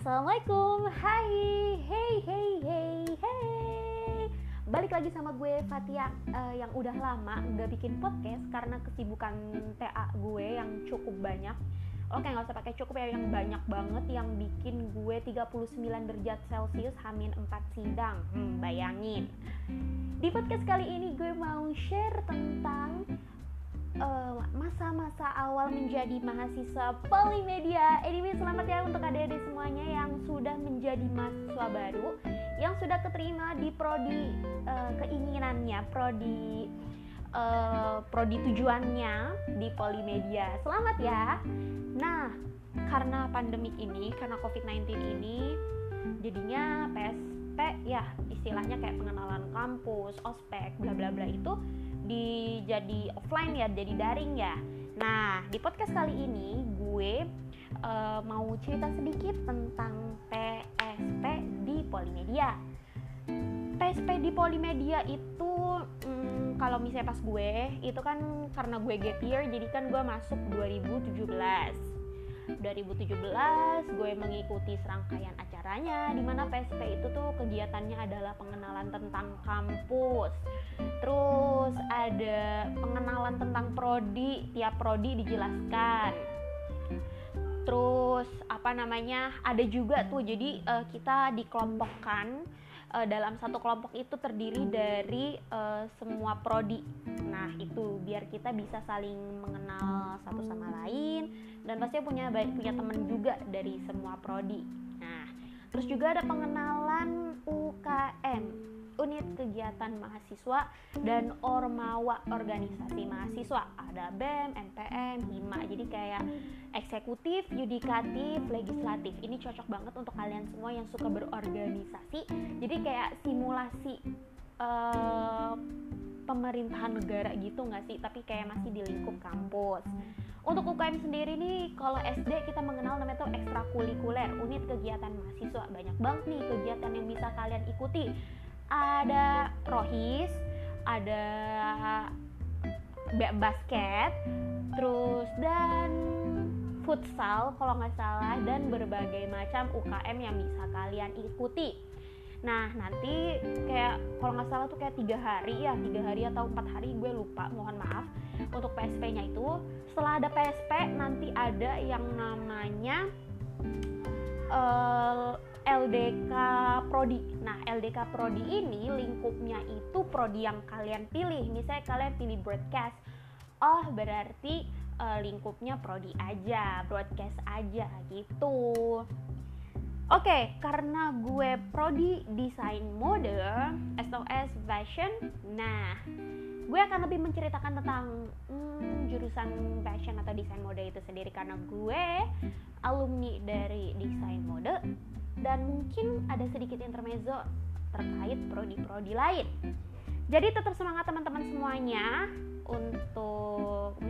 Assalamualaikum, hai, hey. Balik lagi sama gue Fatia yang udah lama gak bikin podcast karena kesibukan TA gue yang cukup banyak. Oke, gak usah pakai cukup ya, yang banyak banget yang bikin gue 39 derajat Celcius -4 sidang. Bayangin. Di podcast kali ini gue mau share tentang masa-masa awal menjadi mahasiswa Polimedia. Anyway, selamat ya untuk adik-adik semuanya yang sudah menjadi mahasiswa baru, yang sudah keterima di prodi keinginannya, prodi tujuannya di Polimedia. Selamat ya. Nah, karena pandemik ini, karena COVID-19 ini, jadinya PSP ya, istilahnya kayak pengenalan kampus, ospek, bla bla bla itu jadi offline ya, jadi daring ya. Nah, di podcast kali ini gue mau cerita sedikit tentang PSP di Polimedia. PSP di Polimedia itu kalau misalnya pas gue itu kan karena gue gap year, jadi kan gue masuk 2017 gue mengikuti serangkaian acaranya, di mana PSP itu tuh kegiatannya adalah pengenalan tentang kampus, terus ada pengenalan tentang prodi, tiap prodi dijelaskan, terus ada juga tuh jadi kita dikelompokkan dalam satu kelompok itu terdiri dari semua prodi. Nah, itu biar kita bisa saling mengenal satu sama lain dan pastinya punya teman juga dari semua prodi. Nah, terus juga ada pengenalan UKM, unit kegiatan mahasiswa dan ormawa organisasi mahasiswa. Ada BEM, MPM, HIMA. Jadi kayak eksekutif, yudikatif, legislatif. Ini cocok banget untuk kalian semua yang suka berorganisasi. Jadi kayak simulasi pemerintahan negara gitu nggak sih? Tapi kayak masih di lingkup kampus. Untuk UKM sendiri nih, kalau SD kita mengenal namanya tuh ekstrakurikuler, unit kegiatan mahasiswa. Banyak banget nih kegiatan yang bisa kalian ikuti. Ada rohis, ada basket, terus dan futsal kalau nggak salah, dan berbagai macam UKM yang bisa kalian ikuti. Nah, nanti kayak kalau nggak salah tuh kayak 3 hari atau 4 hari, gue lupa, mohon maaf. Untuk PSP-nya itu setelah ada PSP nanti ada yang namanya LDK Prodi. Nah, LDK Prodi ini lingkupnya itu prodi yang kalian pilih. Misalnya kalian pilih broadcast, berarti lingkupnya prodi aja, broadcast aja gitu. Oke, karena gue prodi desain mode, SOS fashion. Nah, gue akan lebih menceritakan tentang jurusan fashion atau desain mode itu sendiri, karena gue alumni dari desain mode dan mungkin ada sedikit intermezzo terkait prodi-prodi lain. Jadi tetap semangat teman-teman semuanya untuk